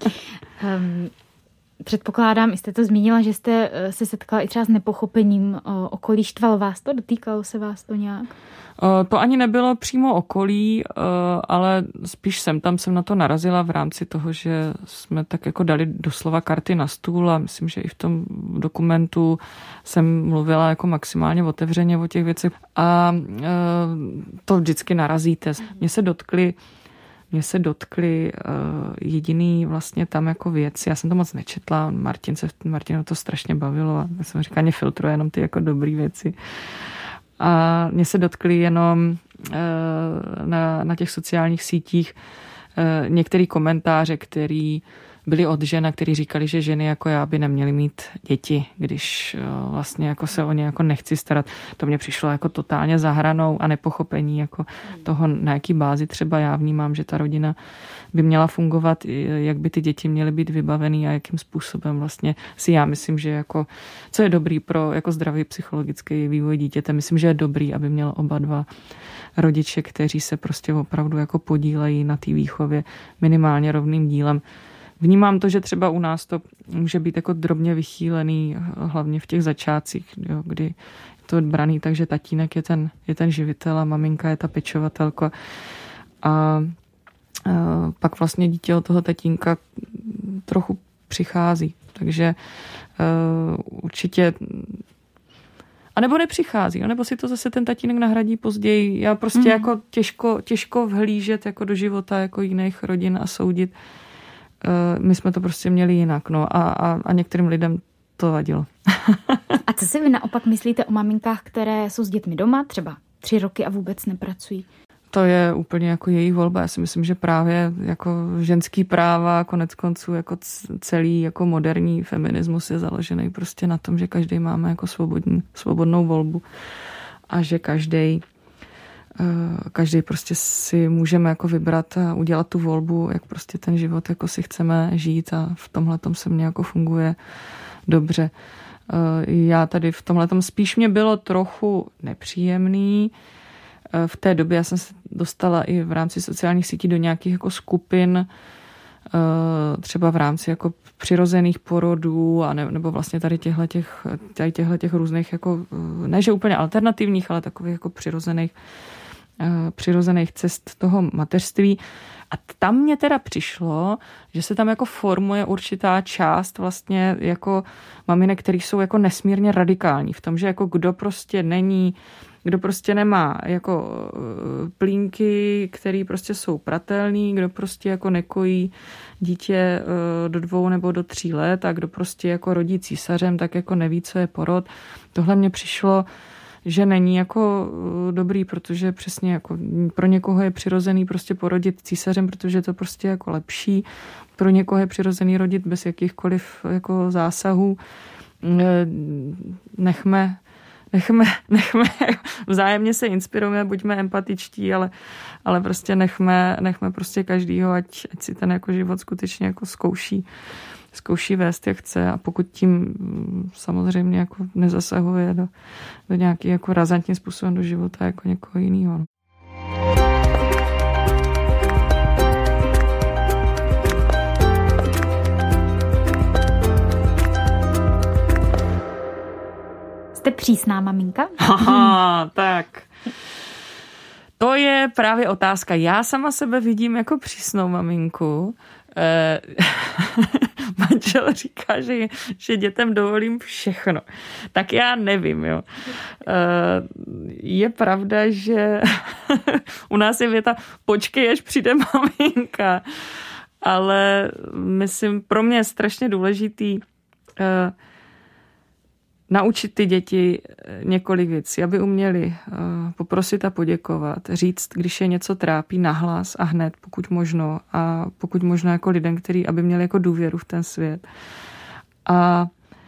předpokládám, jste to zmínila, že jste se setkala i třeba s nepochopením okolí. Štvalo vás to? Dotýkalo se vás to nějak? To ani nebylo přímo okolí, ale spíš jsem tam jsem na to narazila v rámci toho, že jsme tak jako dali doslova karty na stůl a myslím, že i v tom dokumentu jsem mluvila jako maximálně otevřeně o těch věcech a to vždycky narazíte. Mně se dotkly Mně se dotkly uh, jediný vlastně tam jako věci. Já jsem to moc nečetla, Martin se, Martinu to strašně bavilo a já jsem říkala, mě filtruje jenom ty jako dobrý věci. A mě se dotkly jenom uh, na, na těch sociálních sítích uh, některé komentáře, které byly od žen, který říkali, že ženy jako já by neměly mít děti, když uh, vlastně jako se o ně jako nechci starat. To mě přišlo jako totálně za hranou a nepochopení jako toho, na jaký bázi třeba já vnímám, že ta rodina by měla fungovat, jak by ty děti měly být vybavený a jakým způsobem vlastně si já myslím, že jako, co je dobrý pro jako zdravý psychologický vývoj dítěte, myslím, že je dobrý, aby měl oba dva rodiče, kteří se prostě opravdu jako podílejí na té výchově minimálně rovným dílem. Vnímám to, že třeba u nás to může být jako drobně vychýlený, hlavně v těch začátcích, jo, kdy je to braný, takže tatínek je ten, je ten živitel a maminka je ta pečovatelka. A, a pak vlastně dítě od toho tatínka trochu přichází. Takže uh, určitě a nebo nepřichází, nebo si to zase ten tatínek nahradí později. Já prostě mm. jako těžko, těžko vhlížet jako do života jako jiných rodin a soudit. My jsme to prostě měli jinak, no, a, a, a některým lidem to vadilo. A co si vy naopak myslíte o maminkách, které jsou s dětmi doma, třeba tři roky a vůbec nepracují? To je úplně jako její volba. Já si myslím, že právě jako ženský práva, konec konců jako celý jako moderní feminismus je založený prostě na tom, že každý máme jako svobodní, svobodnou volbu a že každý každý prostě si můžeme jako vybrat a udělat tu volbu, jak prostě ten život jako si chceme žít a v tomhletom se mně jako funguje dobře. Já tady v tomhletom spíš mě bylo trochu nepříjemný. V té době já jsem se dostala i v rámci sociálních sítí do nějakých jako skupin, třeba v rámci jako přirozených porodů a ne, nebo vlastně tady těchto těch, tady těchto těch různých jako, ne že úplně alternativních, ale takových jako přirozených přirozených cest toho mateřství. A tam mě teda přišlo, že se tam jako formuje určitá část vlastně jako maminek, který jsou jako nesmírně radikální v tom, že jako kdo prostě není, kdo prostě nemá jako plínky, který prostě jsou pratelný, kdo prostě jako nekojí dítě do dvou nebo do tří let a kdo prostě jako rodí císařem, tak jako neví, co je porod. Tohle mě přišlo, že není jako dobrý, protože přesně jako pro někoho je přirozený prostě porodit císařem, protože je to prostě jako lepší. Pro někoho je přirozený rodit bez jakýchkoliv jako zásahů. Nechme, nechme, nechme vzájemně se inspirujeme, buďme empatičtí, ale, ale prostě nechme, nechme prostě každýho, ať, ať si ten jako život skutečně jako zkouší, zkouší vést, jak chce, a pokud tím samozřejmě jako nezasahuje do, do nějaký jako razantním způsobem do života jako někoho jiného. Jste přísná maminka? Aha, tak. To je právě otázka. Já sama sebe vidím jako přísnou maminku. Eh, manžel říká, že, že dětem dovolím všechno. Tak já nevím, jo. Eh, je pravda, že u nás je věta počkej, až přijde maminka. Ale myslím, pro mě je strašně důležitý eh, naučit ty děti několik věcí, aby uměli poprosit a poděkovat, říct, když je něco trápí, nahlas a hned, pokud možno, a pokud možno jako lidem, který, aby měli jako důvěru v ten svět. A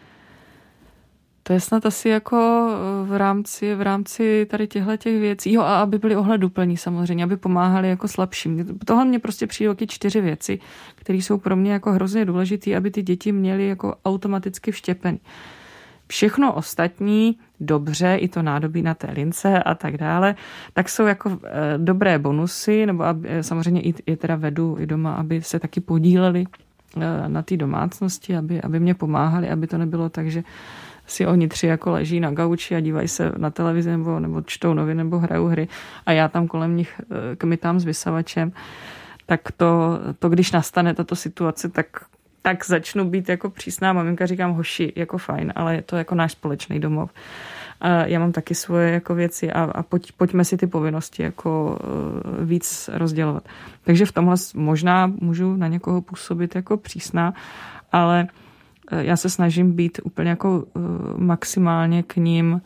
to je snad asi jako v rámci, v rámci tady těchto těch věcí. Jo, a aby byli ohleduplní samozřejmě, aby pomáhali jako slabším. Tohle mě prostě přijde taky čtyři věci, které jsou pro mě jako hrozně důležité, aby ty děti měly jako automaticky vštěpený. Všechno ostatní, dobře, i to nádobí na té lince a tak dále, tak jsou jako e, dobré bonusy, nebo aby, e, samozřejmě i, i teda vedu i doma, aby se taky podíleli e, na té domácnosti, aby, aby mě pomáhali, aby to nebylo tak, že si oni tři jako leží na gauči a dívají se na televizi nebo, nebo čtou noviny nebo hrajou hry a já tam kolem nich e, kmitám s vysavačem. Tak to, to, když nastane tato situace, tak tak začnu být jako přísná maminka, říkám hoši, jako fajn, ale je to jako náš společný domov. A já mám taky svoje jako věci a, a pojď, pojďme si ty povinnosti jako uh, víc rozdělovat. Takže v tomhle možná můžu na někoho působit jako přísná, ale uh, já se snažím být úplně jako uh, maximálně k ním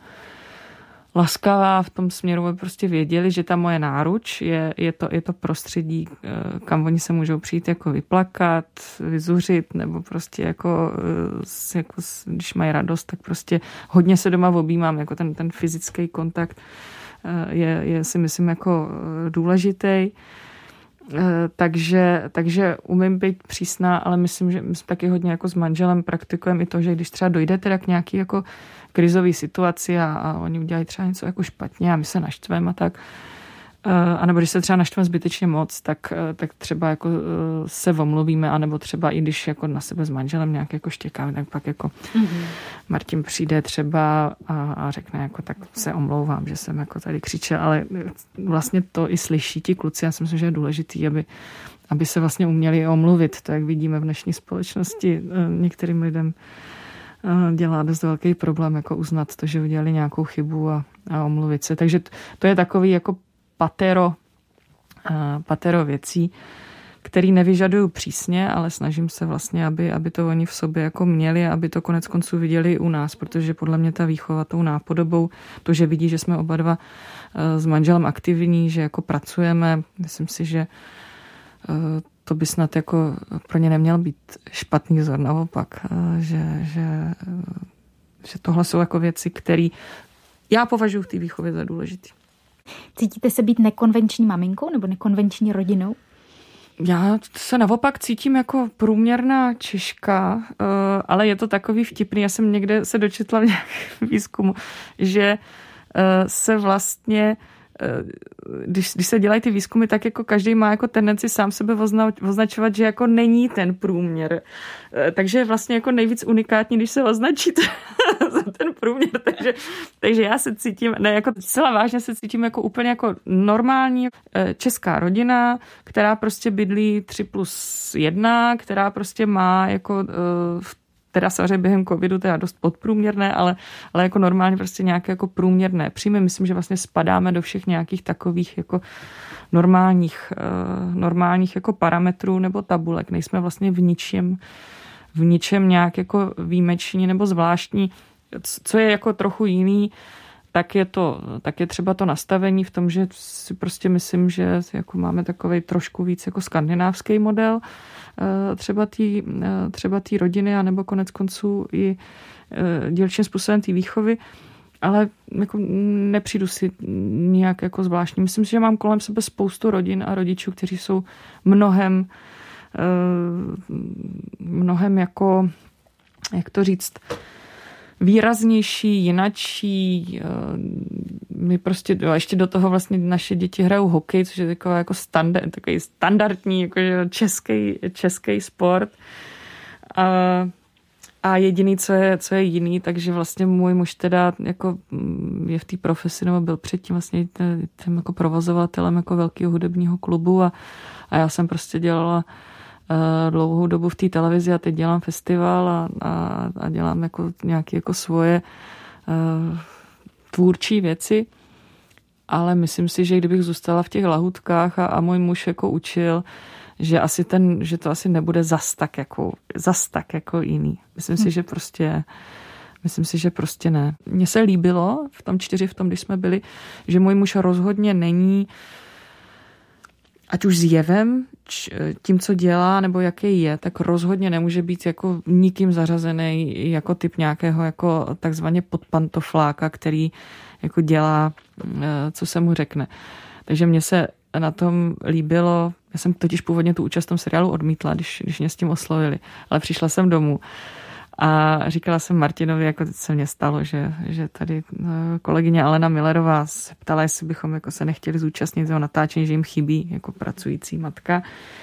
laskavá v tom směru, aby prostě věděli, že ta moje náruč je, je, to, je to prostředí, kam oni se můžou přijít jako vyplakat, vyzuřit, nebo prostě jako, jako když mají radost, tak prostě hodně se doma objímám, jako ten, ten fyzický kontakt je, je si myslím jako důležitý. Takže, takže umím být přísná, ale myslím, že my jsme taky hodně jako s manželem praktikujeme i to, že když třeba dojde teda k nějaký jako krizový situaci a, a oni udělají třeba něco jako špatně a my se naštveme a tak, a nebo když se třeba naštveme zbytečně moc, tak, tak třeba jako se omluvíme, anebo třeba i když jako na sebe s manželem nějak jako štěkáme, tak pak jako mm-hmm. Martin přijde třeba a, a řekne jako tak se omlouvám, že jsem jako tady křičel, ale vlastně to i slyší ti kluci. Já si myslím, že je důležitý, aby, aby se vlastně uměli omluvit. To, jak vidíme v dnešní společnosti, některým lidem dělá dost velký problém jako uznat to, že udělali nějakou chybu a, a omluvit se. Takže to je takový jako patero, patero věcí, který nevyžaduju přísně, ale snažím se vlastně, aby, aby to oni v sobě jako měli a aby to konec konců viděli u nás, protože podle mě ta výchova tou nápodobou, to, že vidí, že jsme oba dva s manželem aktivní, že jako pracujeme, myslím si, že to by snad jako pro ně neměl být špatný vzor, naopak, že, že, že tohle jsou jako věci, které já považuji v té výchově za důležitý. Cítíte se být nekonvenční maminkou nebo nekonvenční rodinou? Já se naopak cítím jako průměrná Češka, ale je to takový vtipný. Já jsem někde se dočetla v nějakém výzkumu, že se vlastně, když, když se dělají ty výzkumy, tak jako každý má jako tendenci sám sebe označovat, že jako není ten průměr. Takže je vlastně jako nejvíc unikátní, když se označíte za ten průměr. Takže, takže já se cítím, ne, jako celá vážně se cítím jako úplně jako normální česká rodina, která prostě bydlí tři plus jedna, která prostě má jako v teda samozřejmě během covidu teda dost podprůměrné, ale, ale jako normálně prostě nějaké jako průměrné příjmy. Myslím, že vlastně spadáme do všech nějakých takových jako normálních, uh, normálních jako parametrů nebo tabulek. Nejsme vlastně v ničem, v ničem nějak jako výjimeční nebo zvláštní. Co je jako trochu jiný, tak je to, tak je třeba to nastavení v tom, že si prostě myslím, že jako máme takovej trošku víc jako skandinávský model třeba té třeba té rodiny, anebo konec konců i dílčím způsobem té výchovy. ale jako nepřijdu si nějak jako zvláštní. Myslím si, že mám kolem sebe spoustu rodin a rodičů, kteří jsou mnohem mnohem jako, jak to říct, výraznější, jinačí. My prostě, jo, ještě do toho vlastně naše děti hrajou hokej, což je taková jako standard, takový standardní jako český, český sport. A, a jediný, co je, co je jiný, takže vlastně můj muž teda jako je v té profesi, nebo byl předtím vlastně tím jako provozovatelem jako velkého hudebního klubu a, a já jsem prostě dělala dlouhou dobu v té televizi a teď dělám festival a, a, a dělám jako nějaké jako svoje uh, tvůrčí věci, ale myslím si, že kdybych zůstala v těch lahůdkách a, a můj muž jako učil, že asi ten, že to asi nebude zas tak jako, zas tak jako jiný. Myslím hmm. si, že prostě Myslím si, že prostě ne. Mně se líbilo v tom čtyři, v tom, když jsme byli, že můj muž rozhodně není ať už zjevem, tím, co dělá, nebo jaký je, tak rozhodně nemůže být jako nikým zařazený jako typ nějakého jako takzvaně podpantofláka, který jako dělá, co se mu řekne. Takže mně se na tom líbilo, já jsem totiž původně tu účast v tom seriálu odmítla, když, když mě s tím oslovili, ale přišla jsem domů a říkala jsem Martinovi, jako teď se mně stalo, že, že tady kolegyně Alena Millerová se ptala, jestli bychom jako se nechtěli zúčastnit toho natáčení, že jim chybí jako pracující matka.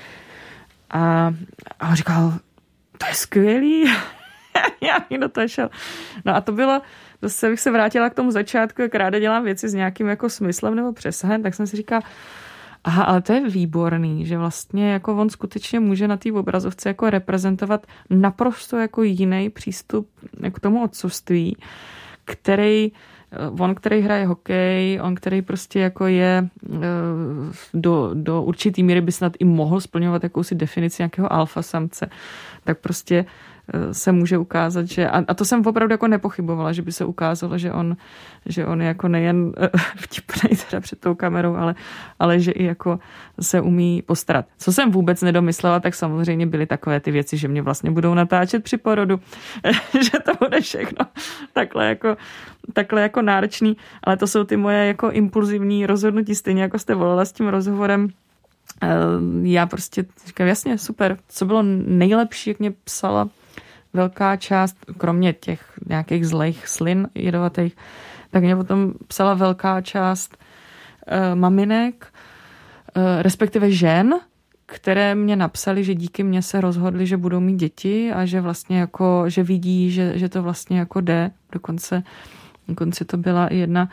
A, a on říkal, to je skvělý. Já mi do toho šel. No a to bylo, zase bych se vrátila k tomu začátku, jak ráda dělám věci s nějakým jako smyslem nebo přesahem, tak jsem si říkala, aha, ale to je výborný, že vlastně jako on skutečně může na té obrazovce jako reprezentovat naprosto jako jiný přístup k tomu otcovství, který, on, který hraje hokej, on, který prostě jako je do, do určitý míry by snad i mohl splňovat jakousi definici nějakého alfa samce, tak prostě se může ukázat, že, a, a to jsem opravdu jako nepochybovala, že by se ukázalo, že on, že on je jako nejen vtipnej teda před tou kamerou, ale, ale že i jako se umí postarat. Co jsem vůbec nedomyslela, tak samozřejmě byly takové ty věci, že mě vlastně budou natáčet při porodu, že to bude všechno takhle jako, takhle jako náročný, ale to jsou ty moje jako impulzivní rozhodnutí, stejně jako jste volala s tím rozhovorem. Já prostě říkám, jasně, super. Co bylo nejlepší, jak mě psala velká část, kromě těch nějakých zlejch slin jedovatých, tak mě potom psala velká část uh, maminek, uh, respektive žen, které mě napsali, že díky mně se rozhodli, že budou mít děti a že vlastně jako, že vidí, že, že to vlastně jako jde. Dokonce, dokonce to byla i jedna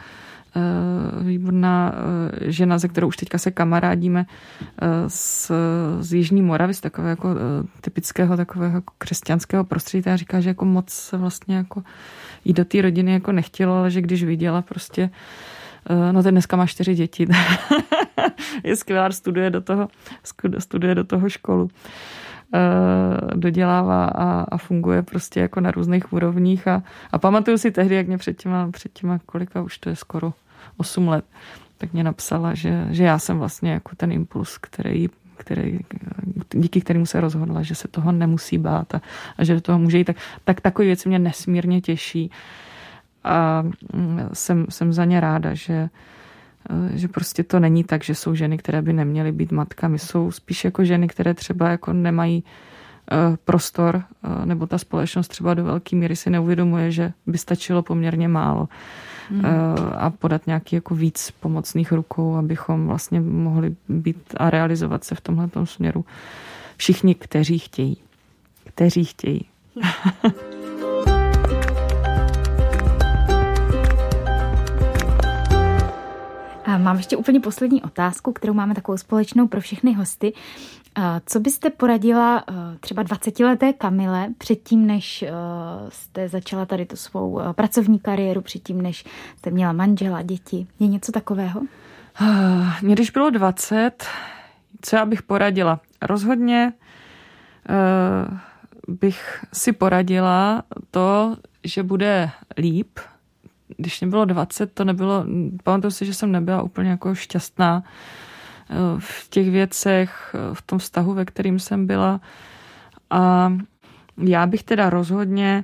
výborná žena, ze kterou už teďka se kamarádíme z, z Jižní Moravy, z takového jako typického takového jako křesťanského prostředí. Ta říká, že jako moc se vlastně jako jí do té rodiny jako nechtělo, ale že když viděla prostě, no teď dneska má čtyři děti, je skvělá, studuje do toho, studuje do toho školu. Dodělává a, a funguje prostě jako na různých úrovních a, a pamatuju si tehdy, jak mě před těma, před těma kolika, už to je skoro osm let, tak mě napsala, že, že já jsem vlastně jako ten impuls, který, který, díky kterému se rozhodla, že se toho nemusí bát a, a že do toho může jít. Tak, tak takové věci mě nesmírně těší a jsem, jsem za ně ráda, že že prostě to není tak, že jsou ženy, které by neměly být matkami. Jsou spíš jako ženy, které třeba jako nemají uh, prostor, uh, nebo ta společnost třeba do velké míry si neuvědomuje, že by stačilo poměrně málo mm. uh, a podat nějaký jako víc pomocných rukou, abychom vlastně mohli být a realizovat se v tomhletom směru všichni, kteří chtějí. Kteří chtějí. Mám ještě úplně poslední otázku, kterou máme takovou společnou pro všechny hosty. Co byste poradila třeba dvacetileté Kamile předtím, než jste začala tady tu svou pracovní kariéru, předtím, než jste měla manžela, děti? Je něco takového? Mně když bylo dvacet, co já bych poradila? Rozhodně bych si poradila to, že bude líp. Když mě bylo dvacet, to nebylo, pamatuju si, že jsem nebyla úplně jako šťastná v těch věcech, v tom vztahu, ve kterým jsem byla. A já bych teda rozhodně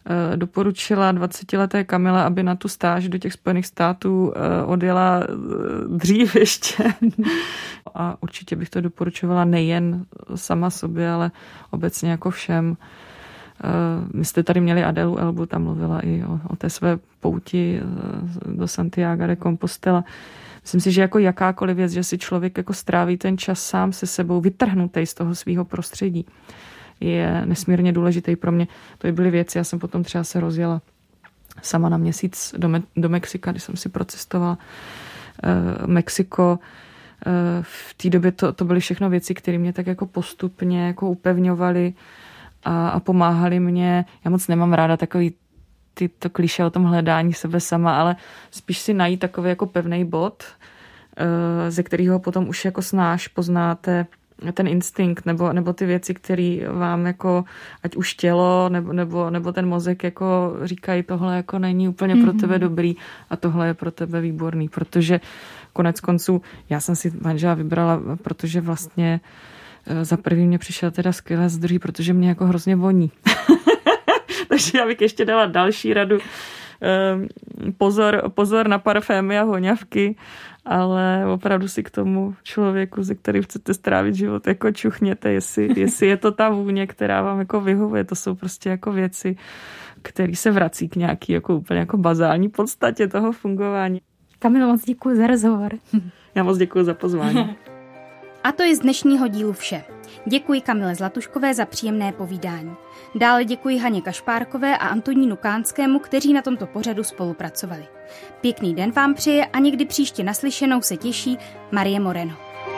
doporučila dvacetileté Kamile, aby na tu stáž do těch Spojených států odjela dřív ještě. A určitě bych to doporučovala nejen sama sobě, ale obecně jako všem. My jste tady měli Adélu Elbu, tam mluvila i o, o té své pouti do Santiago de Compostela. Myslím si, že jako jakákoliv věc, že si člověk jako stráví ten čas sám se sebou, vytrhnutý z toho svého prostředí, je nesmírně důležitý pro mě. To byly věci, já jsem potom třeba se rozjela sama na měsíc do, Me- do Mexika, když jsem si procestovala uh, Mexiko. Uh, v té době to, to byly všechno věci, které mě tak jako postupně jako upevňovaly a, a pomáhaly mě. Já moc nemám ráda takový ty, to klišé o tom hledání sebe sama, ale spíš si najít takový jako pevný bod, uh, ze kterého potom už jako snáš poznáte ten instinkt nebo, nebo ty věci, které vám jako, ať už tělo nebo, nebo, nebo ten mozek jako říkají, tohle jako není úplně pro tebe dobrý a tohle je pro tebe výborný, protože konec konců já jsem si manžela vybrala, protože vlastně za prvý mě přišel teda skvěle, z druhý, protože mě jako hrozně voní. Takže já bych ještě dala další radu. Pozor, pozor na parfémy a hoňavky, ale opravdu si k tomu člověku, se kterým chcete strávit život, jako čuchněte, jestli, jestli je to ta vůně, která vám jako vyhovuje. To jsou prostě jako věci, které se vrací k nějaký jako úplně jako bazální podstatě toho fungování. Kamilo, moc děkuji za rozhovor. Já moc děkuji za pozvání. A to je z dnešního dílu vše. Děkuji Kamile Zlatuškové za příjemné povídání. Dále děkuji Haně Kašpárkové a Antonínu Kánskému, kteří na tomto pořadu spolupracovali. Pěkný den vám přeje a někdy příště naslyšenou se těší Marie Moreno.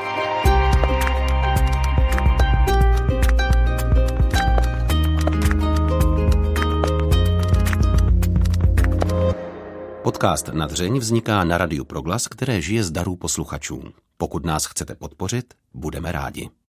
Podcast Na dřeň vzniká na Radiu Proglas, které žije z darů posluchačů. Pokud nás chcete podpořit, budeme rádi.